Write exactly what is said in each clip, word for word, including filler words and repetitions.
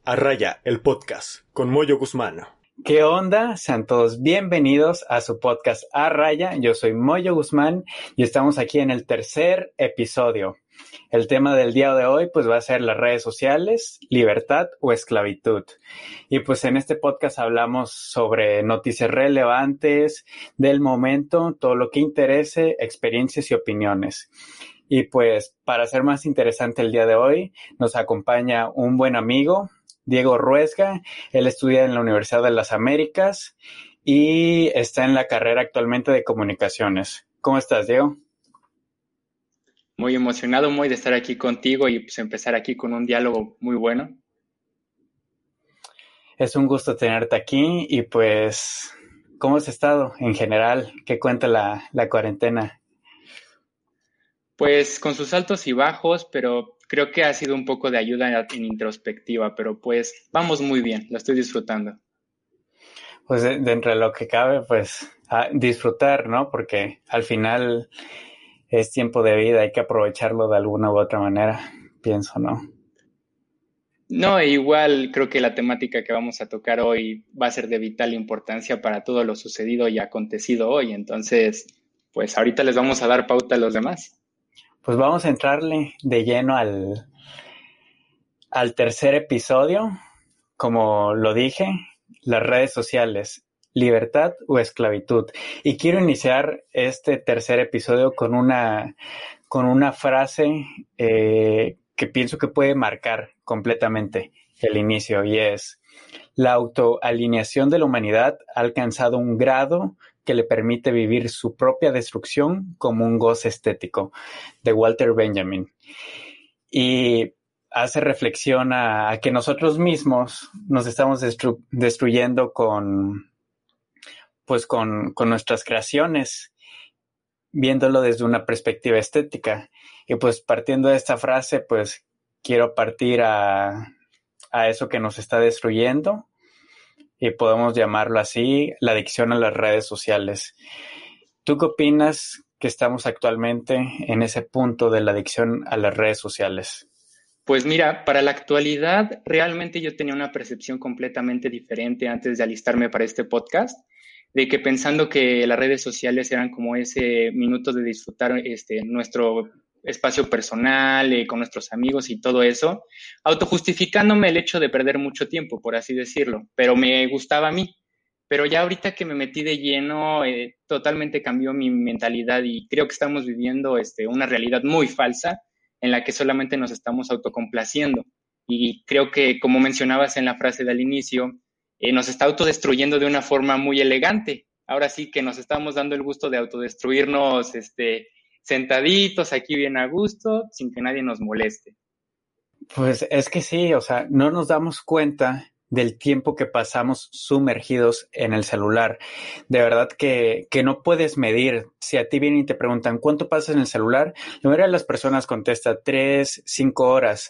A Raya, el podcast, con Moyo Guzmán. ¿Qué onda? Sean todos bienvenidos a su podcast A Raya. Yo soy Moyo Guzmán y estamos aquí en el tercer episodio. El tema del día de hoy pues va a ser las redes sociales, libertad o esclavitud. Y pues en este podcast hablamos sobre noticias relevantes del momento, todo lo que interese, experiencias y opiniones. Y pues para hacer más interesante el día de hoy nos acompaña un buen amigo, Diego Ruesga. Él estudia en la Universidad de las Américas y está en la carrera actualmente de comunicaciones. ¿Cómo estás, Diego? Muy emocionado, muy de estar aquí contigo y pues empezar aquí con un diálogo muy bueno. Es un gusto tenerte aquí y pues, ¿cómo has estado en general? ¿Qué cuenta la, la cuarentena? Pues con sus altos y bajos, pero creo que ha sido un poco de ayuda en introspectiva, pero pues vamos muy bien, lo estoy disfrutando. Pues dentro de lo que cabe, pues a disfrutar, ¿no? Porque al final es tiempo de vida, hay que aprovecharlo de alguna u otra manera, pienso, ¿no? No, igual creo que la temática que vamos a tocar hoy va a ser de vital importancia para todo lo sucedido y acontecido hoy, entonces pues ahorita les vamos a dar pauta a los demás. Pues vamos a entrarle de lleno al, al tercer episodio. Como lo dije, las redes sociales, libertad o esclavitud. Y quiero iniciar este tercer episodio con una, con una frase eh, que pienso que puede marcar completamente el inicio, y es: la autoalineación de la humanidad ha alcanzado un grado que le permite vivir su propia destrucción como un goce estético, de Walter Benjamin. Y hace reflexión a, a que nosotros mismos nos estamos destru- destruyendo con, pues con, con nuestras creaciones, viéndolo desde una perspectiva estética. Y pues partiendo de esta frase, pues quiero partir a, a eso que nos está destruyendo, y podemos llamarlo así, la adicción a las redes sociales. ¿Tú qué opinas que estamos actualmente en ese punto de la adicción a las redes sociales? Pues mira, para la actualidad realmente yo tenía una percepción completamente diferente antes de alistarme para este podcast, de que pensando que las redes sociales eran como ese minuto de disfrutar este, nuestro espacio personal, eh, con nuestros amigos y todo eso, autojustificándome el hecho de perder mucho tiempo, por así decirlo, pero me gustaba a mí. Pero ya ahorita que me metí de lleno, eh, totalmente cambió mi mentalidad y creo que estamos viviendo este, una realidad muy falsa en la que solamente nos estamos autocomplaciendo. Y creo que, como mencionabas en la frase del inicio, eh, nos está autodestruyendo de una forma muy elegante. Ahora sí que nos estamos dando el gusto de autodestruirnos este, sentaditos aquí bien a gusto, sin que nadie nos moleste. Pues es que sí, o sea, no nos damos cuenta del tiempo que pasamos sumergidos en el celular. De verdad que, que no puedes medir. Si a ti vienen y te preguntan ¿cuánto pasas en el celular?, la mayoría de las personas contesta tres, cinco horas.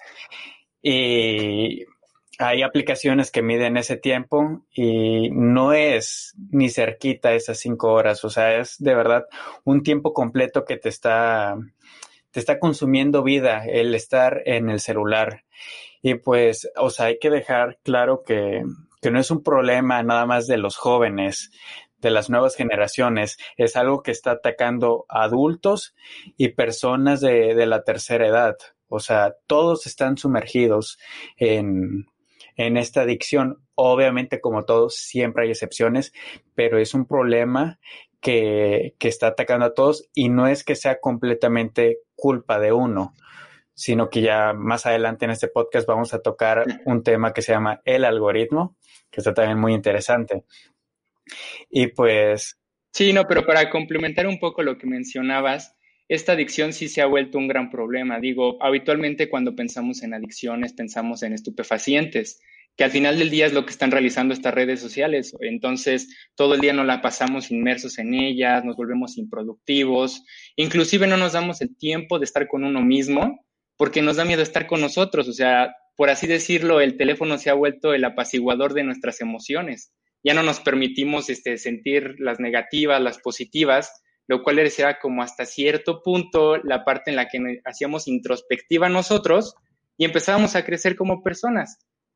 Y hay aplicaciones que miden ese tiempo y no es ni cerquita esas cinco horas. O sea, es de verdad un tiempo completo que te está, te está consumiendo vida el estar en el celular. Y pues, o sea, hay que dejar claro que, que no es un problema nada más de los jóvenes, de las nuevas generaciones. Es algo que está atacando a adultos y personas de, de la tercera edad. O sea, todos están sumergidos en, en esta adicción. Obviamente, como todos, siempre hay excepciones, pero es un problema que, que está atacando a todos, y no es que sea completamente culpa de uno, sino que ya más adelante en este podcast vamos a tocar un tema que se llama el algoritmo, que está también muy interesante. Y pues... Sí, no, pero para complementar un poco lo que mencionabas, esta adicción sí se ha vuelto un gran problema. Digo, habitualmente cuando pensamos en adicciones, pensamos en estupefacientes, que al final del día es lo que están realizando estas redes sociales. Entonces, todo el día nos la pasamos inmersos en ellas, nos volvemos improductivos, inclusive no nos damos el tiempo de estar con uno mismo porque nos da miedo estar con nosotros. O sea, por así decirlo, el teléfono se ha vuelto el apaciguador de nuestras emociones. Ya no nos permitimos este, sentir las negativas, las positivas, lo cual era como hasta cierto punto la parte en la que hacíamos introspectiva nosotros y empezábamos a crecer como personas.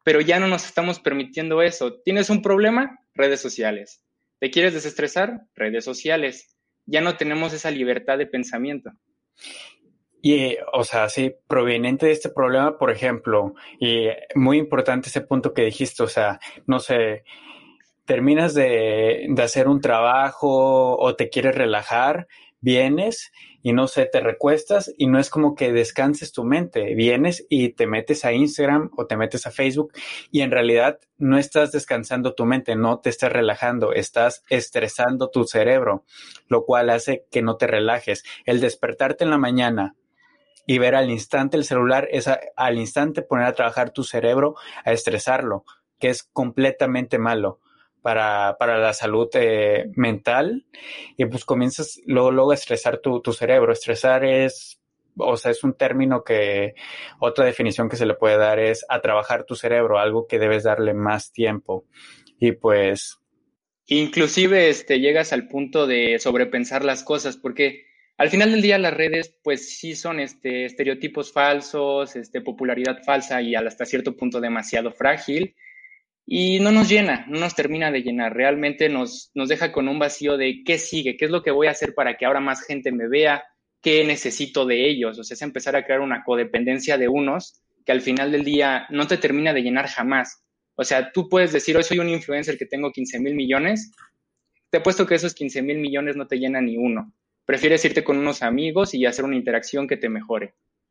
pero ya no nos estamos permitiendo eso. ¿Tienes un problema? Redes sociales. ¿Te quieres desestresar? Redes sociales. Ya no tenemos esa libertad de pensamiento. Y, o sea, sí, proveniente de este problema, por ejemplo, y muy importante ese punto que dijiste, o sea, no sé, terminas de, de hacer un trabajo o te quieres relajar, vienes y no sé, te recuestas y no es como que descanses tu mente, vienes y te metes a Instagram o te metes a Facebook y en realidad no estás descansando tu mente, no te estás relajando, estás estresando tu cerebro, lo cual hace que no te relajes. El despertarte en la mañana y ver al instante el celular es a, al instante poner a trabajar tu cerebro, a estresarlo, que es completamente malo para, para la salud eh, mental. Y pues comienzas luego, luego a estresar tu, tu cerebro. Estresar es, o sea, es un término que, otra definición que se le puede dar es a trabajar tu cerebro, algo que debes darle más tiempo. Y pues... Inclusive este, llegas al punto de sobrepensar las cosas, porque al final del día las redes pues sí son este, estereotipos falsos, este, popularidad falsa y hasta cierto punto demasiado frágil y no nos llena, no nos termina de llenar, realmente nos, nos deja con un vacío de qué sigue, qué es lo que voy a hacer para que ahora más gente me vea, qué necesito de ellos, o sea, es empezar a crear una codependencia de unos que al final del día no te termina de llenar jamás. O sea, tú puedes decir, hoy soy un influencer que tengo quince mil millones, te apuesto que esos quince mil millones no te llenan ni uno. Prefieres irte con unos amigos y hacer una interacción que te mejore.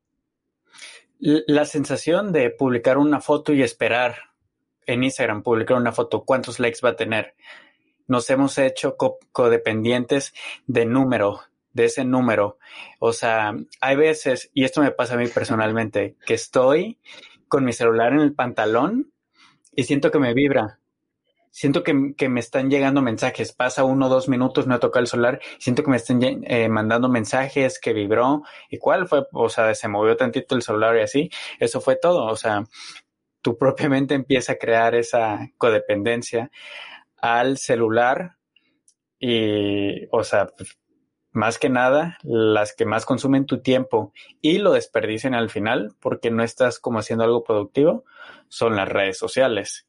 La sensación de publicar una foto y esperar en Instagram, publicar una foto, ¿cuántos likes va a tener? Nos hemos hecho co- codependientes de número, de ese número. O sea, hay veces, y esto me pasa a mí personalmente, que estoy con mi celular en el pantalón y siento que me vibra. Siento que, que me están llegando mensajes. Pasa uno o dos minutos, no toca el celular. Siento que me están eh, mandando mensajes, que vibró. ¿Y cuál fue? O sea, se movió tantito el celular y así. Eso fue todo. O sea, tu propia mente empieza a crear esa codependencia al celular y, o sea, pues, más que nada, las que más consumen tu tiempo y lo desperdician al final porque no estás como haciendo algo productivo son las redes sociales.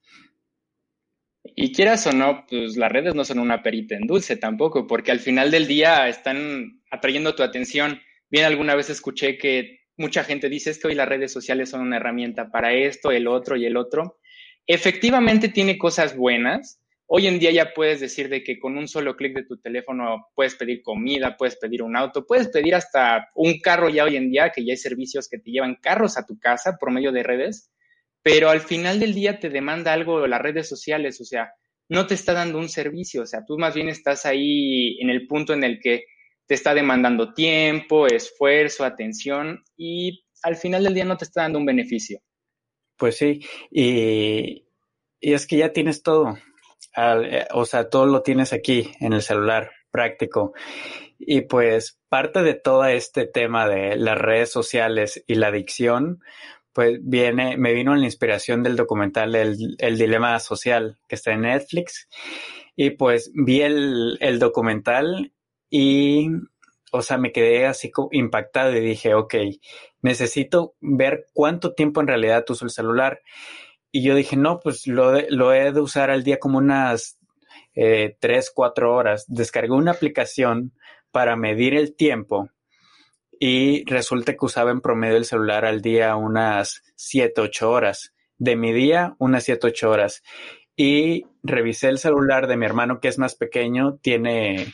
Y quieras o no, pues las redes no son una perita en dulce tampoco, porque al final del día están atrayendo tu atención. Bien, alguna vez escuché que mucha gente dice es que hoy las redes sociales son una herramienta para esto, el otro y el otro. Efectivamente tiene cosas buenas. Hoy en día ya puedes decir de que con un solo clic de tu teléfono puedes pedir comida, puedes pedir un auto, puedes pedir hasta un carro ya hoy en día, que ya hay servicios que te llevan carros a tu casa por medio de redes, pero al final del día te demanda algo las redes sociales, o sea, no te está dando un servicio, o sea, tú más bien estás ahí en el punto en el que te está demandando tiempo, esfuerzo, atención y al final del día no te está dando un beneficio. Pues sí, y, y es que ya tienes todo. Al, eh, o sea, todo lo tienes aquí en el celular, práctico. Y pues parte de todo este tema de las redes sociales y la adicción, pues viene, me vino la inspiración del documental El, el Dilema Social, que está en Netflix. Y pues vi el, el documental y, o sea, me quedé así impactado y dije, ok, necesito ver cuánto tiempo en realidad uso el celular. Y yo dije, no, pues lo, de, lo he de usar al día como unas eh, tres, cuatro horas. Descargué una aplicación para medir el tiempo y resulta que usaba en promedio el celular al día unas siete, ocho horas. De mi día, unas siete, ocho horas. Y revisé el celular de mi hermano, que es más pequeño, tiene,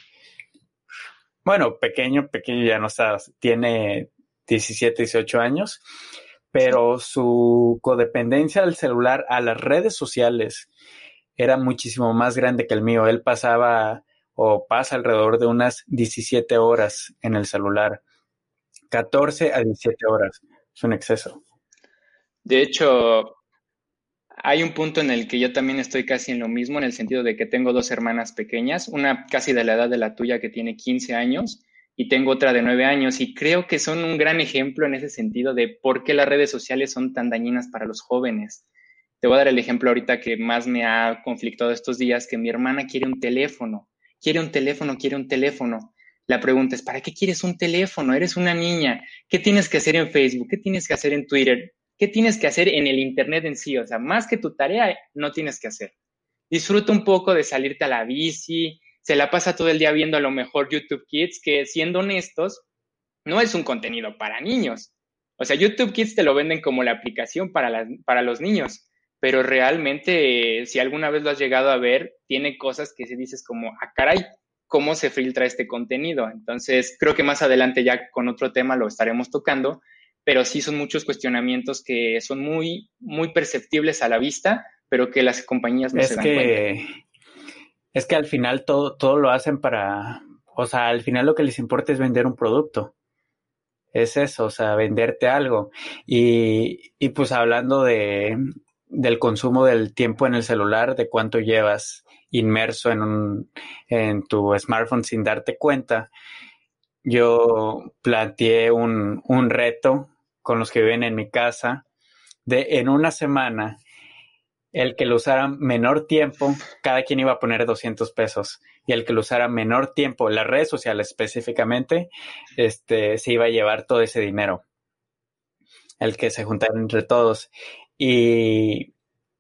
bueno, pequeño, pequeño ya no está, tiene diecisiete, dieciocho años, pero su codependencia al celular, a las redes sociales, era muchísimo más grande que el mío. Él pasaba o pasa alrededor de unas diecisiete horas en el celular. catorce a diecisiete horas. Es un exceso. De hecho, hay un punto en el que yo también estoy casi en lo mismo, en el sentido de que tengo dos hermanas pequeñas, una casi de la edad de la tuya que tiene quince años y tengo otra de nueve años y creo que son un gran ejemplo en ese sentido de por qué las redes sociales son tan dañinas para los jóvenes. Te voy a dar el ejemplo ahorita que más me ha conflictado estos días, que mi hermana quiere un teléfono, quiere un teléfono, quiere un teléfono. La pregunta es, ¿para qué quieres un teléfono? Eres una niña. ¿Qué tienes que hacer en Facebook? ¿Qué tienes que hacer en Twitter? ¿qué tienes que hacer en el Internet en sí? O sea, más que tu tarea, no tienes que hacer. Disfruta un poco de salirte a la bici, se la pasa todo el día viendo a lo mejor YouTube Kids, que siendo honestos, no es un contenido para niños. O sea, YouTube Kids te lo venden como la aplicación para, las, para los niños, pero realmente, eh, si alguna vez lo has llegado a ver, tiene cosas que se dices como, ah, caray, ¿cómo se filtra este contenido? Entonces, creo que más adelante ya con otro tema lo estaremos tocando, pero sí son muchos cuestionamientos que son muy, muy perceptibles a la vista, pero que las compañías no Es se dan cuenta. que, es que al final todo, todo lo hacen para, o sea, al final lo que les importa es vender un producto. Es eso, o sea, venderte algo. Y, y pues hablando de, del consumo del tiempo en el celular, de cuánto llevas inmerso en un, en tu smartphone sin darte cuenta, yo planteé un, un reto con los que viven en mi casa de en una semana el que lo usara menor tiempo, cada quien iba a poner doscientos pesos. Y el que lo usara menor tiempo, las redes sociales específicamente, este, se iba a llevar todo ese dinero. El que se juntara entre todos. Y,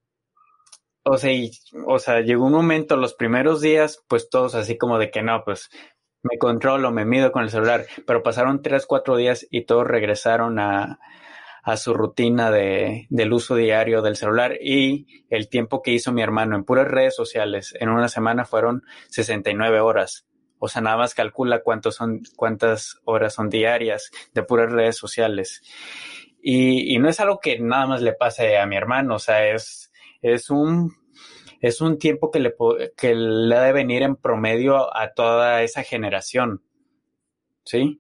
o sea, y, o sea, llegó un momento, los primeros días, pues todos así como de que no, pues me controlo, me mido con el celular. Pero pasaron tres, cuatro días y todos regresaron a, a su rutina de, del uso diario del celular, y el tiempo que hizo mi hermano en puras redes sociales en una semana fueron sesenta y nueve horas. O sea, nada más calcula cuántos son, cuántas horas son diarias de puras redes sociales. Y, y no es algo que nada más le pase a mi hermano, o sea, es, es un es un tiempo que le, que le debe venir en promedio a toda esa generación, ¿sí?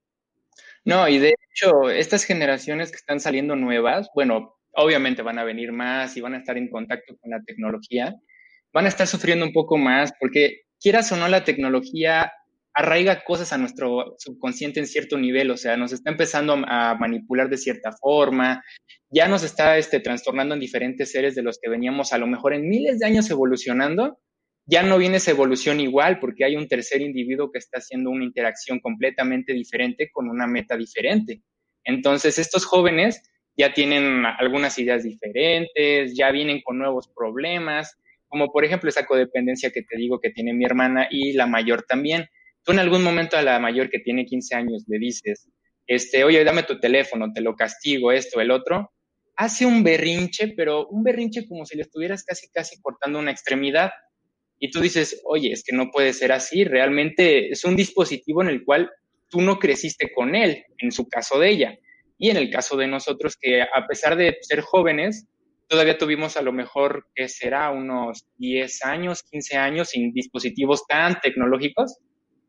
No, y de hecho, estas generaciones que están saliendo nuevas, bueno, obviamente van a venir más y van a estar en contacto con la tecnología, van a estar sufriendo un poco más porque quieras o no, la tecnología arraiga cosas a nuestro subconsciente en cierto nivel, o sea, nos está empezando a, a manipular de cierta forma, ya nos está este, trastornando en diferentes seres de los que veníamos a lo mejor en miles de años evolucionando. Ya no viene esa evolución igual porque hay un tercer individuo que está haciendo una interacción completamente diferente con una meta diferente. Entonces, estos jóvenes ya tienen algunas ideas diferentes, ya vienen con nuevos problemas, como por ejemplo esa codependencia que te digo que tiene mi hermana y la mayor también. Tú en algún momento a la mayor que tiene quince años le dices, este, oye, dame tu teléfono, te lo castigo, esto, el otro, hace un berrinche, pero un berrinche como si le estuvieras casi, casi cortando una extremidad. Y tú dices, oye, es que no puede ser así, realmente es un dispositivo en el cual tú no creciste con él, en su caso de ella. Y en el caso de nosotros, que a pesar de ser jóvenes, todavía tuvimos a lo mejor, que será unos diez años, quince años sin dispositivos tan tecnológicos.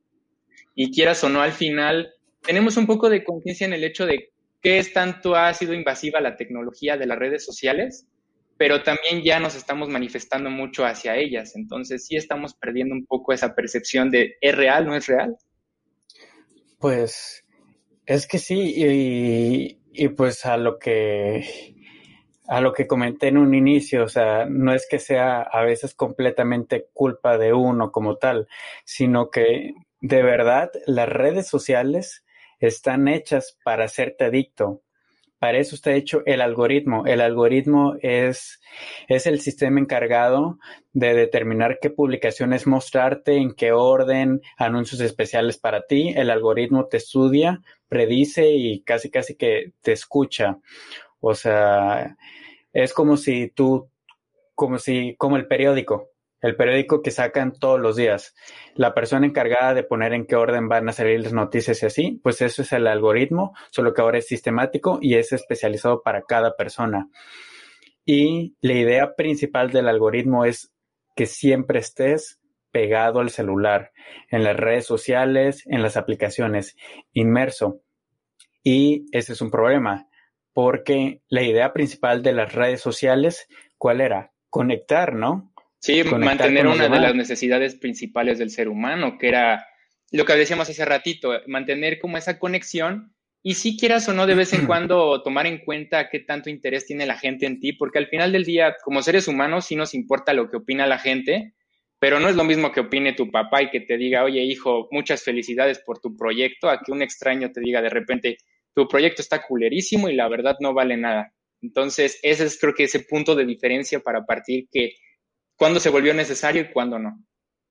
Y quieras o no, al final tenemos un poco de conciencia en el hecho de qué es tanto ha sido invasiva la tecnología de las redes sociales, pero también ya nos estamos manifestando mucho hacia ellas. Entonces sí estamos perdiendo un poco esa percepción de ¿es real, no es real? Pues es que sí, y, y pues a lo que a lo que comenté en un inicio, o sea, no es que sea a veces completamente culpa de uno como tal, sino que de verdad las redes sociales están hechas para hacerte adicto. Para eso está hecho el algoritmo. El algoritmo es, es el sistema encargado de determinar qué publicaciones mostrarte, en qué orden, anuncios especiales para ti. El algoritmo te estudia, predice y casi casi que te escucha. O sea, es como si tú, como si, como el periódico, el periódico que sacan todos los días. La persona encargada de poner en qué orden van a salir las noticias y así, pues eso es el algoritmo, solo que ahora es sistemático y es especializado para cada persona. Y la idea principal del algoritmo es que siempre estés pegado al celular, en las redes sociales, en las aplicaciones, inmerso. Y ese es un problema, porque la idea principal de las redes sociales, ¿cuál era? Conectar, ¿no? Sí, Conectar mantener con los una de demás. las necesidades principales del ser humano, que era lo que decíamos hace ratito, mantener como esa conexión y si quieras o no de vez en cuando tomar en cuenta qué tanto interés tiene la gente en ti, porque al final del día, como seres humanos, sí nos importa lo que opina la gente, pero no es lo mismo que opine tu papá y que te diga, oye hijo, muchas felicidades por tu proyecto, a que un extraño te diga de repente, tu proyecto está culerísimo y la verdad no vale nada. Entonces, ese es creo que ese punto de diferencia para partir que cuándo se volvió necesario y cuándo no.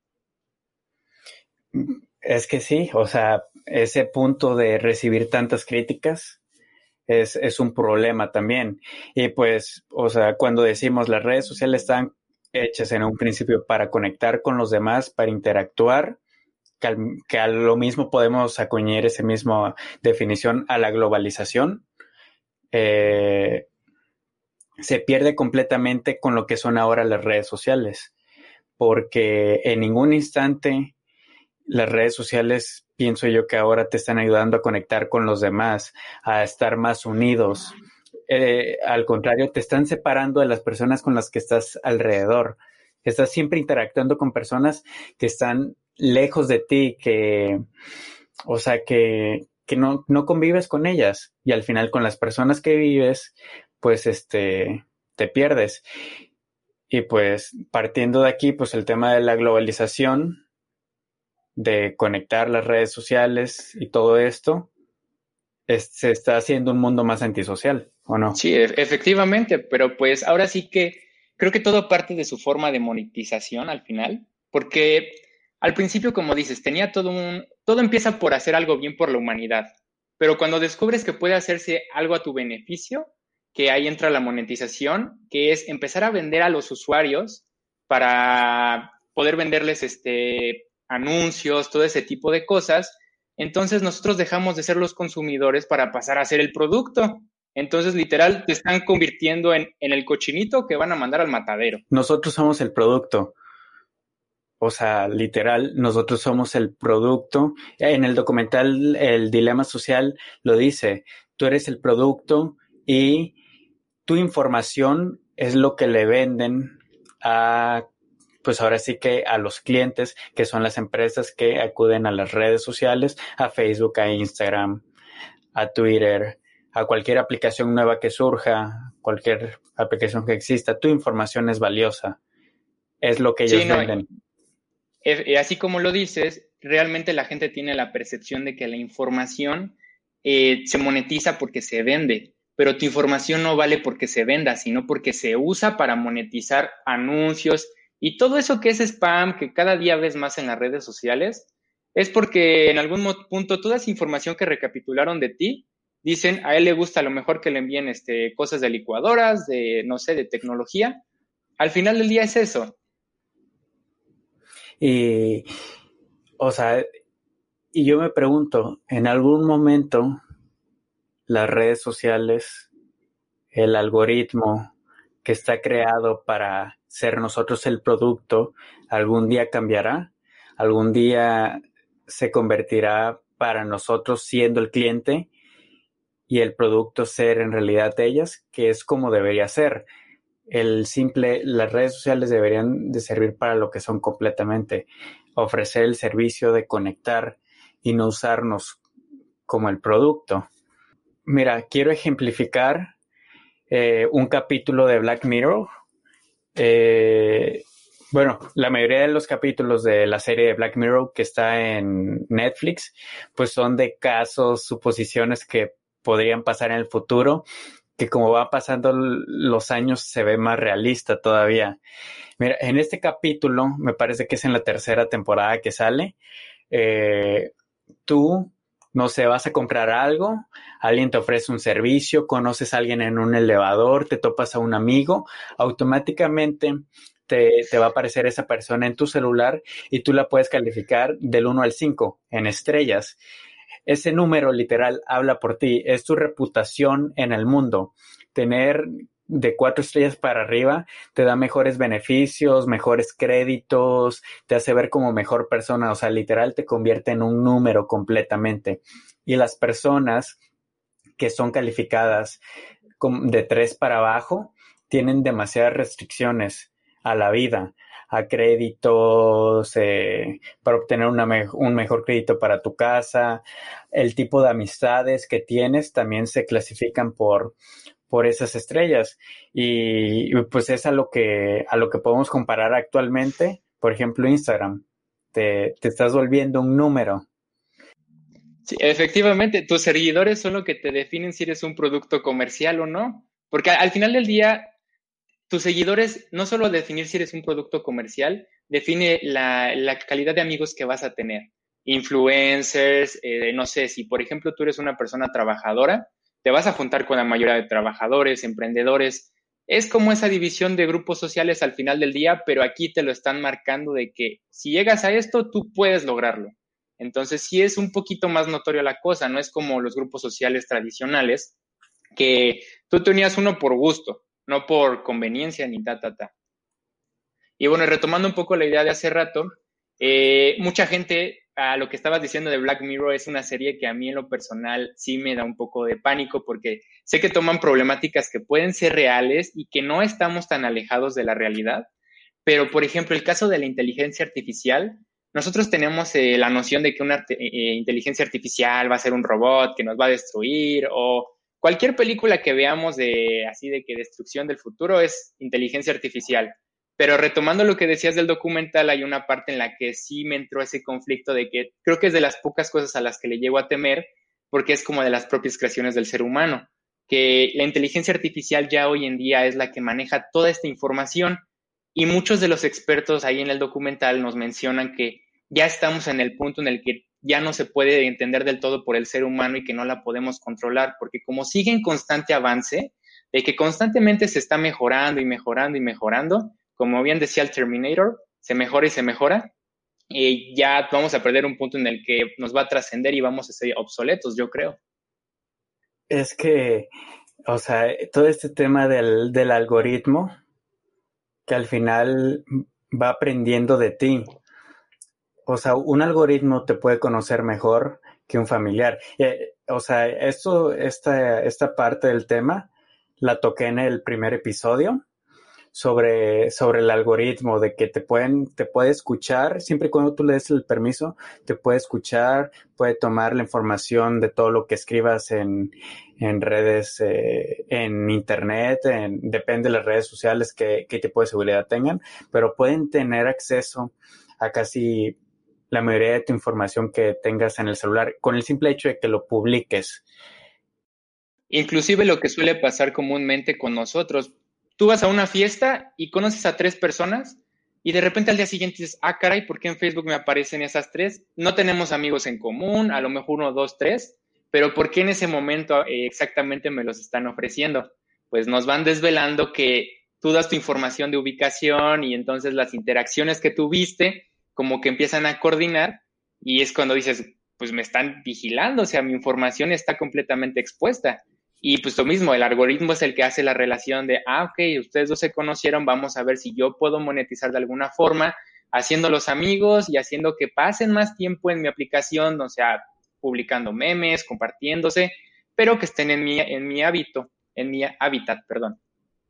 Es que sí, o sea, ese punto de recibir tantas críticas es, es un problema también. Y pues, o sea, cuando decimos las redes sociales están hechas en un principio para conectar con los demás, para interactuar, que, al, que a lo mismo podemos acuñar esa misma definición a la globalización, eh, se pierde completamente con lo que son ahora las redes sociales, porque en ningún instante las redes sociales, pienso yo que ahora te están ayudando a conectar con los demás, a estar más unidos. Eh, al contrario, te están separando de las personas con las que estás alrededor. Estás siempre interactuando con personas que están lejos de ti, que, o sea, que, que no, no convives con ellas. Y al final, con las personas que vives, pues, este, te pierdes. Y pues, partiendo de aquí, pues el tema de la globalización, de conectar las redes sociales y todo esto, es, se está haciendo un mundo más antisocial, ¿o no? Sí, e- efectivamente, pero pues ahora sí que creo que todo parte de su forma de monetización al final, porque al principio, como dices, tenía todo un, todo empieza por hacer algo bien por la humanidad, pero cuando descubres que puede hacerse algo a tu beneficio, que ahí entra la monetización, que es empezar a vender a los usuarios para poder venderles este anuncios, todo ese tipo de cosas, entonces nosotros dejamos de ser los consumidores para pasar a ser el producto. Entonces, literal, te están convirtiendo en, en el cochinito que van a mandar al matadero. Nosotros somos el producto. O sea, literal, nosotros somos el producto. En el documental El Dilema Social lo dice, tú eres el producto y tu información es lo que le venden a, pues ahora sí que a los clientes, que son las empresas que acuden a las redes sociales, a Facebook, a Instagram, a Twitter, a cualquier aplicación nueva que surja, cualquier aplicación que exista. Tu información es valiosa, es lo que Sí, ellos no, venden. eh, así como lo dices, realmente la gente tiene la percepción de que la información eh, se monetiza porque se vende, pero tu información no vale porque se venda, sino porque se usa para monetizar anuncios y todo eso que es spam, que cada día ves más en las redes sociales, es porque en algún punto toda esa información que recapitularon de ti, dicen, a él le gusta a lo mejor que le envíen este, cosas de licuadoras, de, no sé, de tecnología. Al final del día es eso. Y, o sea, y yo me pregunto, en algún momento las redes sociales, el algoritmo que está creado para ser nosotros el producto, algún día cambiará, algún día se convertirá para nosotros siendo el cliente y el producto ser en realidad ellas, que es como debería ser. El simple, las redes sociales deberían de servir para lo que son completamente, ofrecer el servicio de conectar y no usarnos como el producto. Mira, quiero ejemplificar eh, un capítulo de Black Mirror. Eh, bueno, la mayoría de los capítulos de la serie de Black Mirror que está en Netflix, pues son de casos, suposiciones que podrían pasar en el futuro, que como van pasando los años se ve más realista todavía. Mira, en este capítulo, me parece que es en la tercera temporada que sale, eh, tú, no sé, vas a comprar algo, alguien te ofrece un servicio, conoces a alguien en un elevador, te topas a un amigo, automáticamente te, te va a aparecer esa persona en tu celular y tú la puedes calificar del uno al cinco en estrellas. Ese número literal habla por ti, es tu reputación en el mundo. Tener de cuatro estrellas para arriba te da mejores beneficios, mejores créditos, te hace ver como mejor persona, o sea, literal te convierte en un número completamente. Y las personas que son calificadas de tres para abajo tienen demasiadas restricciones a la vida, a créditos, eh, para obtener una me- un mejor crédito para tu casa. El tipo de amistades que tienes también se clasifican por, por esas estrellas. Y, y pues es a lo que, a lo que podemos comparar actualmente. Por ejemplo, Instagram. Te, te estás volviendo un número. Sí, efectivamente, tus seguidores son lo que te definen si eres un producto comercial o no. Porque al final del día, tus seguidores, no solo definir si eres un producto comercial, define la, la calidad de amigos que vas a tener. Influencers, eh, no sé, si por ejemplo tú eres una persona trabajadora, te vas a juntar con la mayoría de trabajadores, emprendedores. Es como esa división de grupos sociales al final del día, pero aquí te lo están marcando de que si llegas a esto, tú puedes lograrlo. Entonces sí es un poquito más notorio la cosa, no es como los grupos sociales tradicionales, que tú tenías uno por gusto, no por conveniencia ni ta, ta, ta. Y bueno, retomando un poco la idea de hace rato, eh, mucha gente, a lo que estabas diciendo de Black Mirror, es una serie que a mí en lo personal sí me da un poco de pánico porque sé que toman problemáticas que pueden ser reales y que no estamos tan alejados de la realidad. Pero, por ejemplo, el caso de la inteligencia artificial, nosotros tenemos eh, la noción de que una eh, inteligencia artificial va a ser un robot que nos va a destruir, o cualquier película que veamos de así de que destrucción del futuro es inteligencia artificial. Pero retomando lo que decías del documental, hay una parte en la que sí me entró ese conflicto de que creo que es de las pocas cosas a las que le llego a temer, porque es como de las propias creaciones del ser humano, que la inteligencia artificial ya hoy en día es la que maneja toda esta información. Y muchos de los expertos ahí en el documental nos mencionan que ya estamos en el punto en el que ya no se puede entender del todo por el ser humano y que no la podemos controlar, porque como sigue en constante avance, de que constantemente se está mejorando y mejorando y mejorando, como bien decía el Terminator, se mejora y se mejora, y ya vamos a perder un punto en el que nos va a trascender y vamos a ser obsoletos, yo creo. Es que, o sea, todo este tema del, del algoritmo, que al final va aprendiendo de ti. O sea, un algoritmo te puede conocer mejor que un familiar. Eh, o sea, esto, esta, esta parte del tema la toqué en el primer episodio sobre, sobre el algoritmo, de que te pueden, te puede escuchar, siempre y cuando tú le des el permiso, te puede escuchar, puede tomar la información de todo lo que escribas en, en redes, eh, en internet, en, depende de las redes sociales que, qué tipo de seguridad tengan, pero pueden tener acceso a casi la mayoría de tu información que tengas en el celular, con el simple hecho de que lo publiques. Inclusive lo que suele pasar comúnmente con nosotros, tú vas a una fiesta y conoces a tres personas y de repente al día siguiente dices, ah, caray, ¿por qué en Facebook me aparecen esas tres? No tenemos amigos en común, a lo mejor uno, dos, tres, pero ¿por qué en ese momento eh, exactamente me los están ofreciendo? Pues nos van desvelando que tú das tu información de ubicación y entonces las interacciones que tuviste como que empiezan a coordinar y es cuando dices, pues me están vigilando, o sea, mi información está completamente expuesta. Y pues lo mismo, el algoritmo es el que hace la relación de, ah, ok, ustedes dos se conocieron, vamos a ver si yo puedo monetizar de alguna forma, haciéndolos amigos y haciendo que pasen más tiempo en mi aplicación, o sea, publicando memes, compartiéndose, pero que estén en mi, en mi hábito, en mi hábitat, perdón.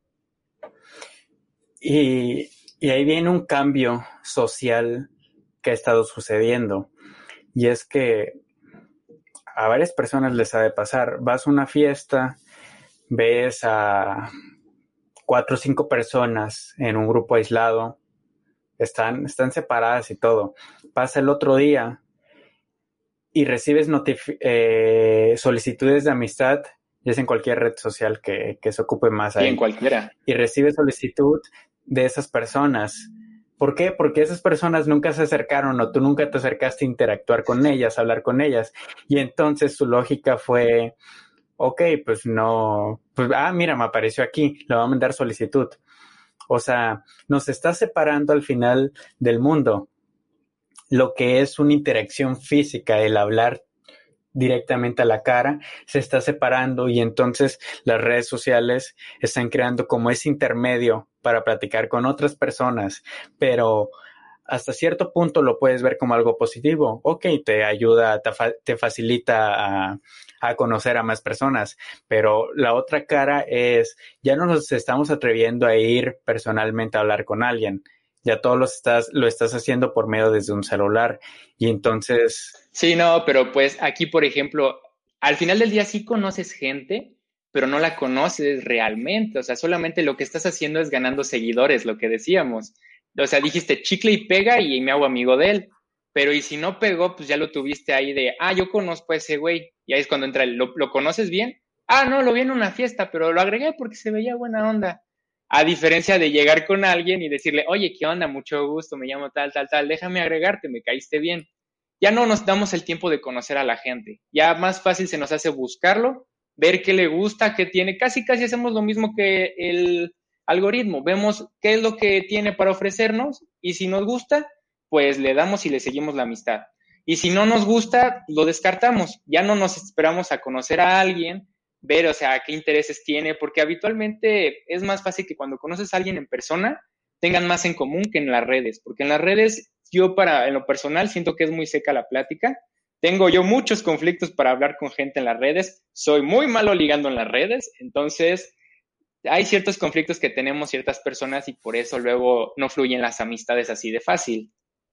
Y, y ahí viene un cambio social que ha estado sucediendo. Y es que a varias personas les ha de pasar. Vas a una fiesta, ves a cuatro o cinco personas en un grupo aislado, están, están separadas y todo. Pasa el otro día y recibes notif- eh, solicitudes de amistad, ya es en cualquier red social que, que se ocupe más Sí, ahí. en cualquiera. Y recibes solicitud de esas personas. ¿Por qué? Porque esas personas nunca se acercaron o tú nunca te acercaste a interactuar con ellas, a hablar con ellas. Y entonces su lógica fue, ok, pues no, pues, ah, mira, me apareció aquí, le voy a mandar solicitud. O sea, nos está separando al final del mundo lo que es una interacción física, el hablar directamente a la cara, se está separando y entonces las redes sociales están creando como ese intermedio para platicar con otras personas, pero hasta cierto punto lo puedes ver como algo positivo. Ok, te ayuda, te, fa- te facilita a, a conocer a más personas, pero la otra cara es, ya no nos estamos atreviendo a ir personalmente a hablar con alguien, ya todo lo estás, lo estás haciendo por medio desde un celular y entonces... Sí, no, pero pues aquí, por ejemplo, al final del día sí conoces gente, pero no la conoces realmente. O sea, solamente lo que estás haciendo es ganando seguidores, lo que decíamos. O sea, dijiste chicle y pega y me hago amigo de él. Pero y si no pegó, pues ya lo tuviste ahí de, ah, yo conozco a ese güey. Y ahí es cuando entra el, ¿lo, lo conoces bien? Ah, no, lo vi en una fiesta, pero lo agregué porque se veía buena onda. A diferencia de llegar con alguien y decirle, oye, ¿qué onda? Mucho gusto, me llamo tal, tal, tal, déjame agregarte, me caíste bien. Ya no nos damos el tiempo de conocer a la gente. Ya más fácil se nos hace buscarlo, ver qué le gusta, qué tiene. Casi, casi hacemos lo mismo que el algoritmo. Vemos qué es lo que tiene para ofrecernos y si nos gusta, pues le damos y le seguimos la amistad. Y si no nos gusta, lo descartamos. Ya no nos esperamos a conocer a alguien, ver, o sea, qué intereses tiene, porque habitualmente es más fácil que cuando conoces a alguien en persona tengan más en común que en las redes, porque en las redes yo para, en lo personal, siento que es muy seca la plática. Tengo yo muchos conflictos para hablar con gente en las redes, soy muy malo ligando en las redes, entonces hay ciertos conflictos que tenemos ciertas personas y por eso luego no fluyen las amistades así de fácil.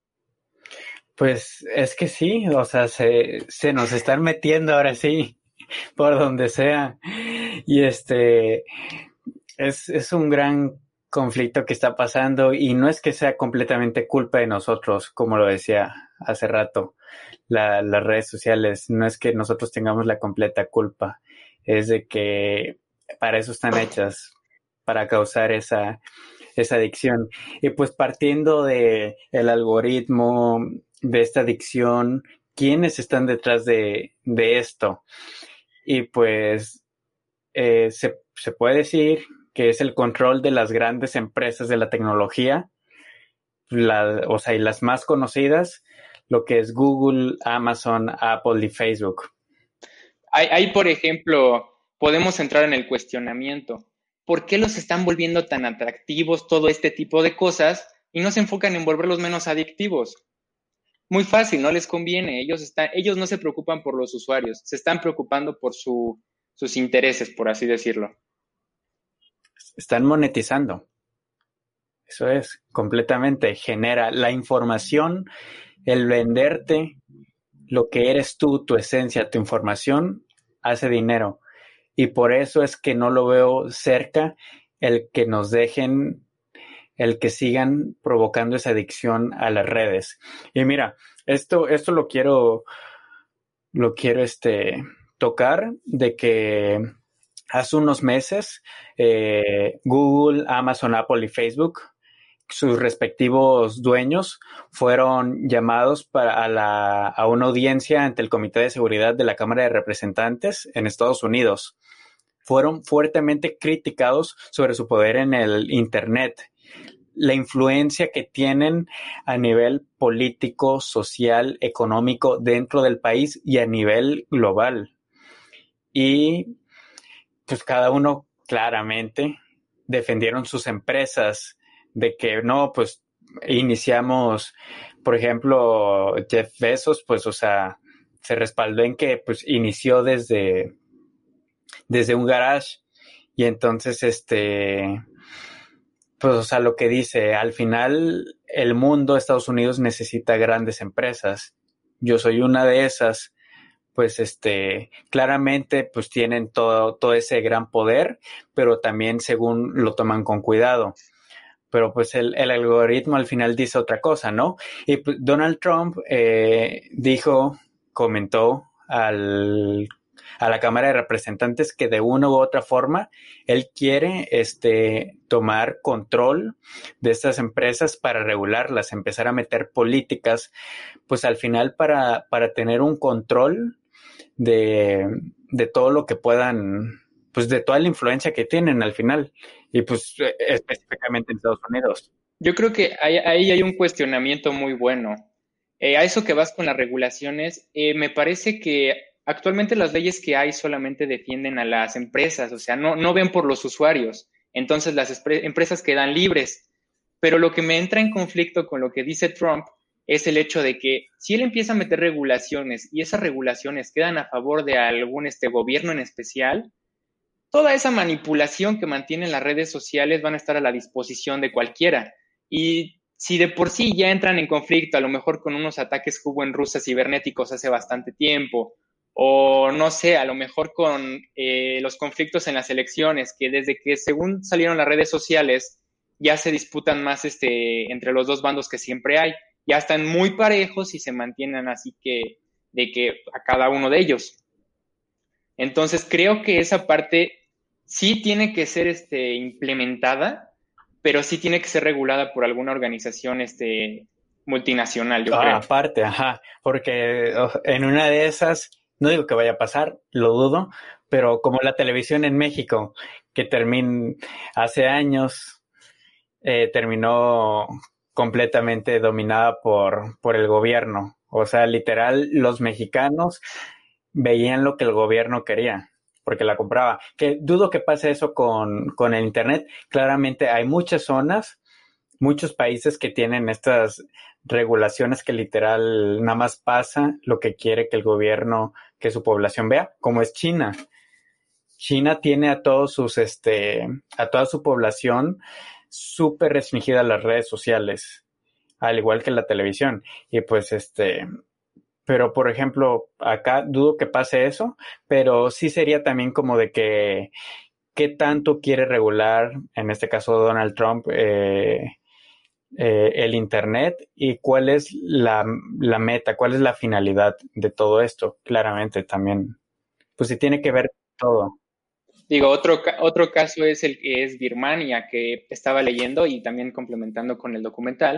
Pues es que sí, o sea, se, se nos están metiendo ahora sí, por donde sea. Y este, es, es un gran conflicto que está pasando y no es que sea completamente culpa de nosotros, como lo decía hace rato, la, las redes sociales, no es que nosotros tengamos la completa culpa, es de que para eso están hechas, para causar esa, esa adicción. Y pues partiendo de el algoritmo, de esta adicción, ¿quiénes están detrás de, de esto? Y pues eh, se, se puede decir que es el control de las grandes empresas de la tecnología, la, o sea, y las más conocidas, lo que es Google, Amazon, Apple y Facebook. Ahí, ahí, por ejemplo, podemos entrar en el cuestionamiento. ¿Por qué los están volviendo tan atractivos todo este tipo de cosas y no se enfocan en volverlos menos adictivos? Muy fácil, no les conviene. Ellos, están, ellos no se preocupan por los usuarios, se están preocupando por su, sus intereses, por así decirlo. Están monetizando. Eso es, completamente. Genera la información, el venderte lo que eres tú, tu esencia, tu información, hace dinero. Y por eso es que no lo veo cerca el que nos dejen, el que sigan provocando esa adicción a las redes. Y mira, esto, esto lo quiero, lo quiero este, tocar de que hace unos meses eh, Google, Amazon, Apple y Facebook, sus respectivos dueños, fueron llamados para a, la, a una audiencia ante el Comité de Seguridad de la Cámara de Representantes en Estados Unidos. Fueron fuertemente criticados sobre su poder en el Internet, la influencia que tienen a nivel político, social, económico dentro del país y a nivel global. Y pues cada uno claramente defendieron sus empresas de que no, pues iniciamos, por ejemplo, Jeff Bezos, pues, o sea, se respaldó en que pues inició desde, desde un garage y entonces, este, pues, o sea, lo que dice, al final el mundo, Estados Unidos necesita grandes empresas. Yo soy una de esas. Pues este, claramente pues tienen todo, todo ese gran poder, pero también según lo toman con cuidado. Pero pues el, el algoritmo al final dice otra cosa, ¿no? Y pues, Donald Trump eh, dijo, comentó al, a la Cámara de Representantes que de una u otra forma él quiere este, tomar control de estas empresas para regularlas, empezar a meter políticas, pues al final para, para tener un control de, de todo lo que puedan, pues de toda la influencia que tienen al final, y pues específicamente en Estados Unidos. Yo creo que ahí, ahí hay un cuestionamiento muy bueno. Eh, a eso que vas con las regulaciones, eh, me parece que actualmente las leyes que hay solamente defienden a las empresas, o sea, no, no ven por los usuarios. Entonces las empresas quedan libres. Pero lo que me entra en conflicto con lo que dice Trump es el hecho de que si él empieza a meter regulaciones y esas regulaciones quedan a favor de algún este gobierno en especial, toda esa manipulación que mantienen las redes sociales van a estar a la disposición de cualquiera. Y si de por sí ya entran en conflicto, a lo mejor con unos ataques que hubo en Rusia cibernéticos hace bastante tiempo, o no sé, a lo mejor con eh, los conflictos en las elecciones, que desde que según salieron las redes sociales, ya se disputan más este, entre los dos bandos que siempre hay, ya están muy parejos y se mantienen así que de que a cada uno de ellos. Entonces, creo que esa parte sí tiene que ser este, implementada, pero sí tiene que ser regulada por alguna organización este, multinacional, yo Ah, creo. aparte, ajá, porque o- en una de esas, no digo que vaya a pasar, lo dudo, pero como la televisión en México, que terminó hace años, eh, terminó completamente dominada por, por el gobierno. O sea, literal, los mexicanos veían lo que el gobierno quería, porque la compraba. Que dudo que pase eso con, con el Internet. Claramente hay muchas zonas, muchos países que tienen estas regulaciones que literal nada más pasa lo que quiere que el gobierno, que su población vea, como es China. China tiene a todos sus, este, a toda su población súper restringida a las redes sociales, al igual que la televisión. Y pues, este, pero por ejemplo, acá dudo que pase eso, pero sí sería también como de que qué tanto quiere regular, en este caso Donald Trump, eh, eh, el Internet y cuál es la, la meta, cuál es la finalidad de todo esto. Claramente también, pues sí tiene que ver todo. Digo, otro, ca- otro caso es el que es Birmania, que estaba leyendo y también complementando con el documental,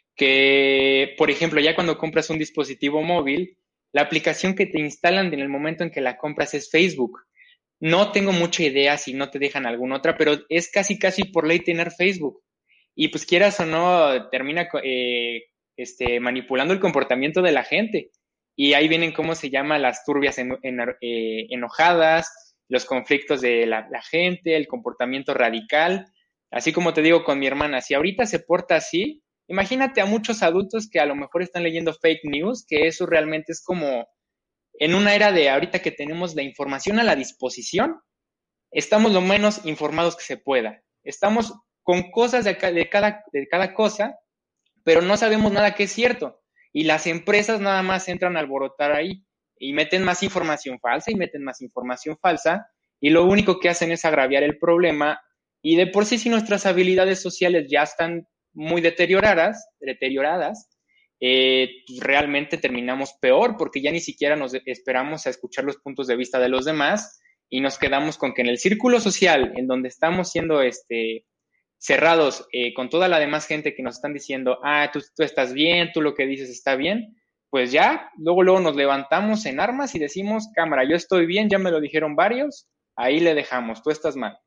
que, por ejemplo, ya cuando compras un dispositivo móvil, la aplicación que te instalan en el momento en que la compras es Facebook. No tengo mucha idea si no te dejan alguna otra, pero es casi, casi por ley tener Facebook. Y pues quieras o no, termina eh, este, manipulando el comportamiento de la gente. Y ahí vienen cómo se llama las turbias en, en, eh, enojadas, los conflictos de la, la gente, el comportamiento radical. Así como te digo con mi hermana, si ahorita se porta así, imagínate a muchos adultos que a lo mejor están leyendo fake news, que eso realmente es como en una era de ahorita que tenemos la información a la disposición, estamos lo menos informados que se pueda. Estamos con cosas de, de, cada, de cada cosa, pero no sabemos nada que es cierto. Y las empresas nada más entran a alborotar ahí y meten más información falsa y meten más información falsa y lo único que hacen es agraviar el problema y de por sí si nuestras habilidades sociales ya están muy deterioradas, deterioradas eh, pues realmente terminamos peor porque ya ni siquiera nos esperamos a escuchar los puntos de vista de los demás y nos quedamos con que en el círculo social en donde estamos siendo este, cerrados eh, con toda la demás gente que nos están diciendo, ah, tú, tú estás bien, tú lo que dices está bien, pues ya, luego, luego nos levantamos en armas y decimos, cámara, yo estoy bien, ya me lo dijeron varios, ahí le dejamos, tú estás mal.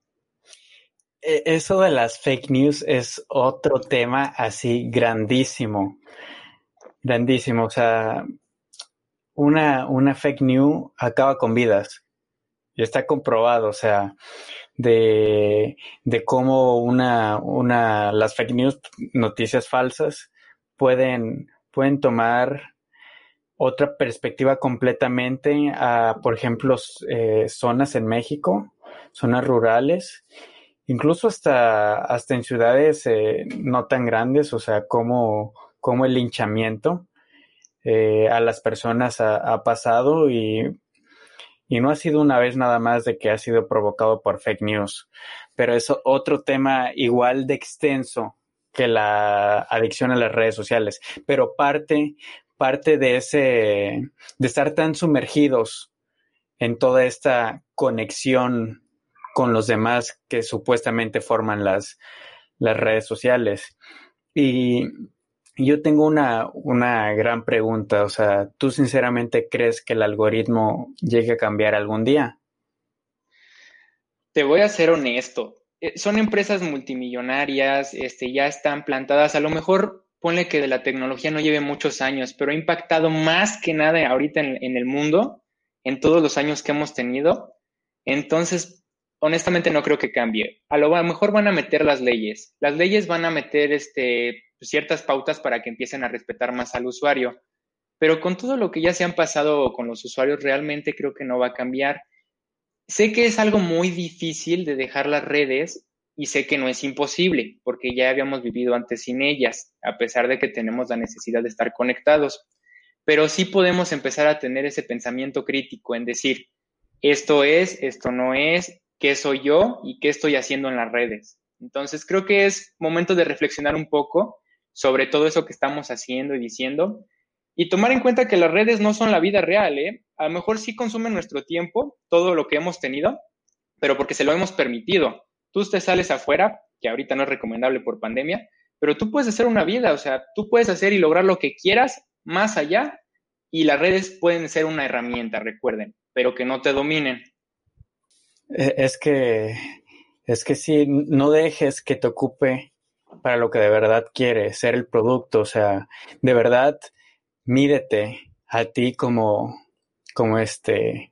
E- Eso de las fake news es otro tema así grandísimo, grandísimo. O sea, una, una fake news acaba con vidas. Y está comprobado, o sea, de, de cómo una, una, las fake news, noticias falsas, pueden, pueden tomar otra perspectiva completamente a, por ejemplo, eh, zonas en México, zonas rurales, incluso hasta, hasta en ciudades eh, no tan grandes, o sea, como, como el linchamiento eh, a las personas ha, ha pasado y y no ha sido una vez nada más de que ha sido provocado por fake news, pero es otro tema igual de extenso que la adicción a las redes sociales, pero parte, parte de ese, de estar tan sumergidos en toda esta conexión con los demás que supuestamente forman las, las redes sociales. Y yo tengo una, una gran pregunta, o sea, ¿tú sinceramente crees que el algoritmo llegue a cambiar algún día? Te voy a ser honesto, eh, son empresas multimillonarias, este, ya están plantadas, a lo mejor ponle que de la tecnología no lleve muchos años, pero ha impactado más que nada ahorita en, en el mundo, en todos los años que hemos tenido. Entonces, honestamente no creo que cambie. A lo mejor van a meter las leyes. Las leyes van a meter este, ciertas pautas para que empiecen a respetar más al usuario. Pero con todo lo que ya se han pasado con los usuarios, realmente creo que no va a cambiar. Sé que es algo muy difícil de dejar las redes y sé que no es imposible, porque ya habíamos vivido antes sin ellas, a pesar de que tenemos la necesidad de estar conectados. Pero sí podemos empezar a tener ese pensamiento crítico en decir, esto es, esto no es, qué soy yo y qué estoy haciendo en las redes. Entonces creo que es momento de reflexionar un poco sobre todo eso que estamos haciendo y diciendo Y tomar en cuenta que las redes no son la vida real, ¿eh? A lo mejor sí consumen nuestro tiempo, todo lo que hemos tenido, pero porque se lo hemos permitido. Tú te sales afuera, que ahorita no es recomendable por pandemia, pero tú puedes hacer una vida, o sea, tú puedes hacer y lograr lo que quieras más allá, y las redes pueden ser una herramienta, recuerden, pero que no te dominen. Es que, es que sí, no dejes que te ocupe para lo que de verdad quieres, ser el producto, o sea, de verdad, mídete a ti como, como este,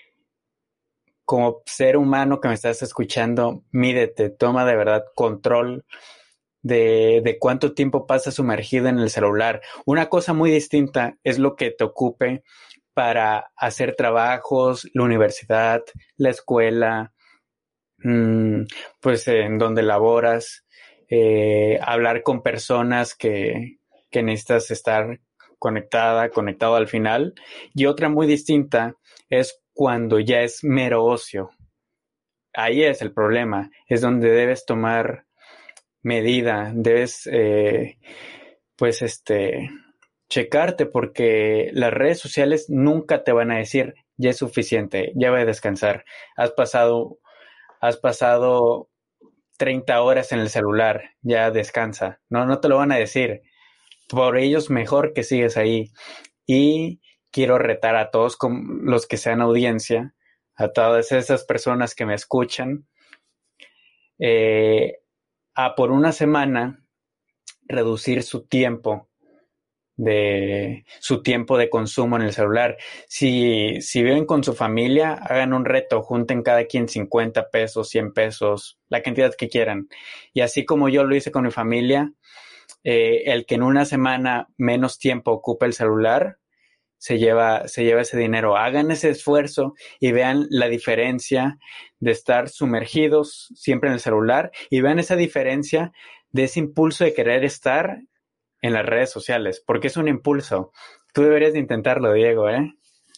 como ser humano que me estás escuchando, mídete, toma de verdad control de, de cuánto tiempo pasas sumergido en el celular. Una cosa muy distinta es lo que te ocupe para hacer trabajos, la universidad, la escuela, mmm, pues en donde laboras, eh, hablar con personas que, que necesitas estar conectada, conectado al final. Y otra muy distinta es cuando ya es mero ocio. Ahí es el problema, es donde debes tomar medida, debes, eh, pues, este, checarte, porque las redes sociales nunca te van a decir, ya es suficiente, ya voy a descansar. Has pasado, has pasado treinta horas en el celular, ya descansa. No, no te lo van a decir. Por ellos mejor que sigues ahí. Y quiero retar a todos con los que sean audiencia, a todas esas personas que me escuchan, eh, a por una semana reducir su tiempo de su tiempo de consumo en el celular. Si, si viven con su familia, hagan un reto, junten cada quien cincuenta pesos, cien pesos, la cantidad que quieran. Y así como yo lo hice con mi familia, eh, el que en una semana menos tiempo ocupe el celular, se lleva, se lleva ese dinero. Hagan ese esfuerzo y vean la diferencia de estar sumergidos siempre en el celular, y vean esa diferencia de ese impulso de querer estar en las redes sociales, porque es un impulso. Tú deberías de intentarlo, Diego, ¿eh?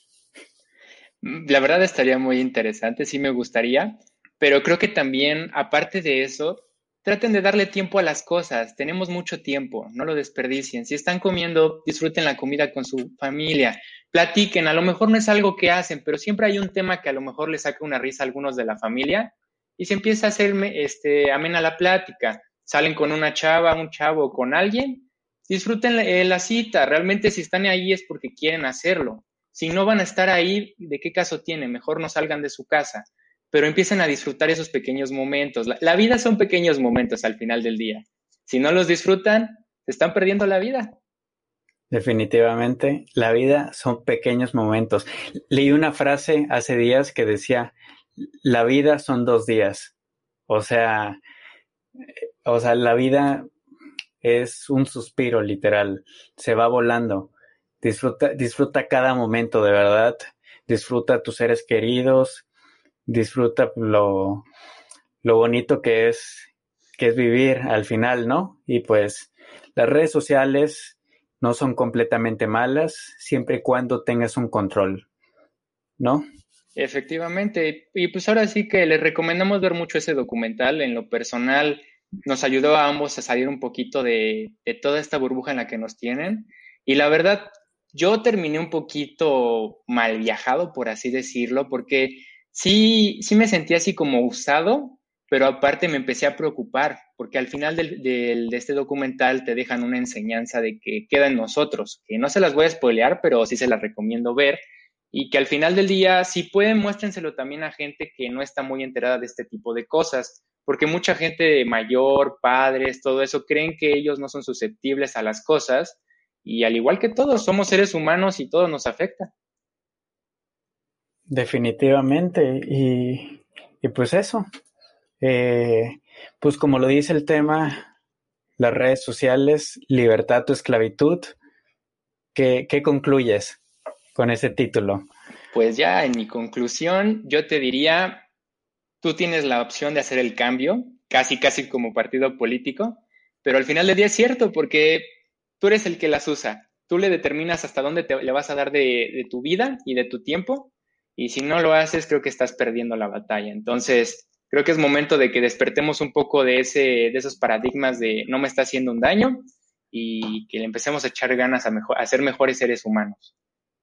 La verdad estaría muy interesante, sí me gustaría, pero creo que también, aparte de eso, traten de darle tiempo a las cosas. Tenemos mucho tiempo, no lo desperdicien. Si están comiendo, disfruten la comida con su familia, platiquen. A lo mejor no es algo que hacen, pero siempre hay un tema que a lo mejor les saca una risa a algunos de la familia y se empieza a hacer este, amena la plática. Salen con una chava, un chavo, con alguien, disfruten la, eh, la cita. Realmente si están ahí es porque quieren hacerlo. Si no van a estar ahí, ¿de qué caso tiene? Mejor no salgan de su casa, pero empiecen a disfrutar esos pequeños momentos. La, la vida son pequeños momentos al final del día. Si no los disfrutan, se están perdiendo la vida. Definitivamente, la vida son pequeños momentos. Leí una frase hace días que decía, la vida son dos días. O sea, o sea, la vida es un suspiro literal, se va volando. Disfruta, disfruta cada momento, de verdad. Disfruta a tus seres queridos, disfruta lo, lo bonito que es, que es vivir al final, ¿no? Y pues las redes sociales no son completamente malas, siempre y cuando tengas un control, ¿no? Efectivamente. Y pues ahora sí que les recomendamos ver mucho ese documental. En lo personal, nos ayudó a ambos a salir un poquito de, de toda esta burbuja en la que nos tienen. Y la verdad, yo terminé un poquito mal viajado, por así decirlo, porque sí, sí me sentí así como usado, pero aparte me empecé a preocupar, porque al final del, del, de este documental te dejan una enseñanza de que queda en nosotros, que no se las voy a spoilear, pero sí se las recomiendo ver, y que al final del día, si pueden, muéstrenselo también a gente que no está muy enterada de este tipo de cosas, porque mucha gente mayor, padres, todo eso, creen que ellos no son susceptibles a las cosas, y al igual que todos, somos seres humanos y todo nos afecta. Definitivamente. Y, y pues eso, eh, pues como lo dice el tema, las redes sociales, libertad o esclavitud. ¿Qué, qué concluyes con ese título? Pues ya en mi conclusión, yo te diría, tú tienes la opción de hacer el cambio, casi, casi como partido político, pero al final del día es cierto, porque tú eres el que las usa. Tú le determinas hasta dónde te, le vas a dar de, de tu vida y de tu tiempo, y si no lo haces, creo que estás perdiendo la batalla. Entonces, creo que es momento de que despertemos un poco de, ese, de esos paradigmas de no me está haciendo un daño y que le empecemos a echar ganas a, mejor, a ser mejores seres humanos.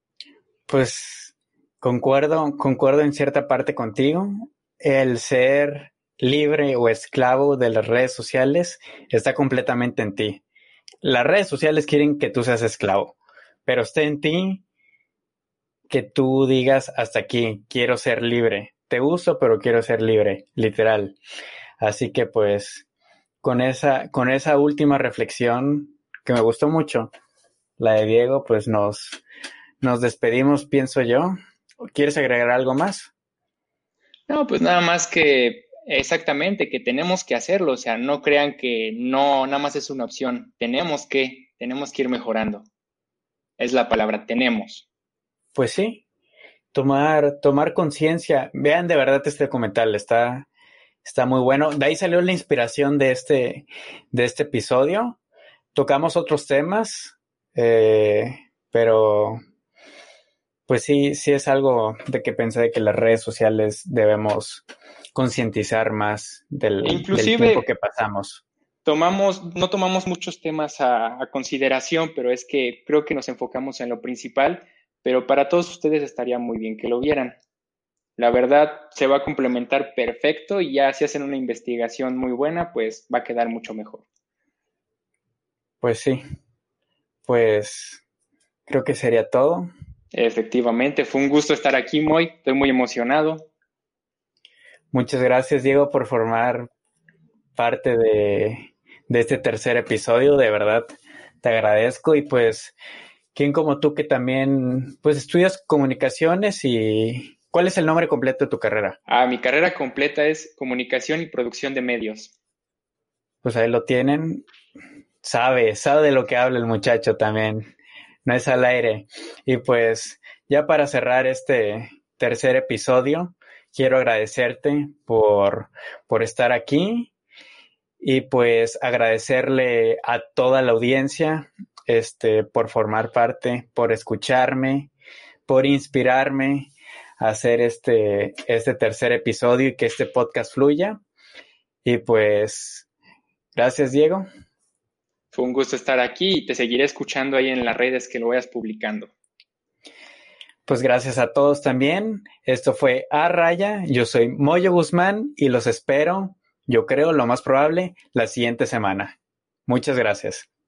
Pues concuerdo, concuerdo en cierta parte contigo. El ser libre o esclavo de las redes sociales está completamente en ti. Las redes sociales quieren que tú seas esclavo, pero está en ti que tú digas hasta aquí, quiero ser libre. Te uso, pero quiero ser libre, literal. Así que pues con esa, con esa última reflexión que me gustó mucho, la de Diego, pues nos, nos despedimos, pienso yo. ¿Quieres agregar algo más? No, pues nada más que exactamente, que tenemos que hacerlo, o sea, no crean que no, nada más es una opción, tenemos que, tenemos que ir mejorando. Es la palabra, tenemos. Pues sí, tomar, tomar conciencia. Vean de verdad este documental, está, está muy bueno. De ahí salió la inspiración de este, de este episodio. Tocamos otros temas, eh, pero pues sí, sí es algo de que pensé de que las redes sociales debemos concientizar más del, E del tiempo inclusive que pasamos. tomamos, no tomamos muchos temas a, a consideración, pero es que creo que nos enfocamos en lo principal, pero para todos ustedes estaría muy bien que lo vieran. La verdad se va a complementar perfecto y ya si hacen una investigación muy buena, pues va a quedar mucho mejor. Pues sí, pues creo que sería todo. Efectivamente, fue un gusto estar aquí, Moy. Estoy muy emocionado. Muchas gracias, Diego, por formar parte de, de este tercer episodio. De verdad, te agradezco. Y pues, ¿quién como tú que también pues estudias comunicaciones y cuál es el nombre completo de tu carrera? Ah, mi carrera completa es Comunicación y Producción de Medios. Pues ahí lo tienen. Sabe, sabe de lo que habla el muchacho también. No es al aire. Y pues, ya para cerrar este tercer episodio, quiero agradecerte por, por estar aquí y pues agradecerle a toda la audiencia este, por formar parte, por escucharme, por inspirarme a hacer este, este tercer episodio y que este podcast fluya. Y pues, gracias, Diego. Fue un gusto estar aquí y te seguiré escuchando ahí en las redes que lo vayas publicando. Pues gracias a todos también. Esto fue A Raya. Yo soy Moyo Guzmán y los espero, yo creo, lo más probable, la siguiente semana. Muchas gracias.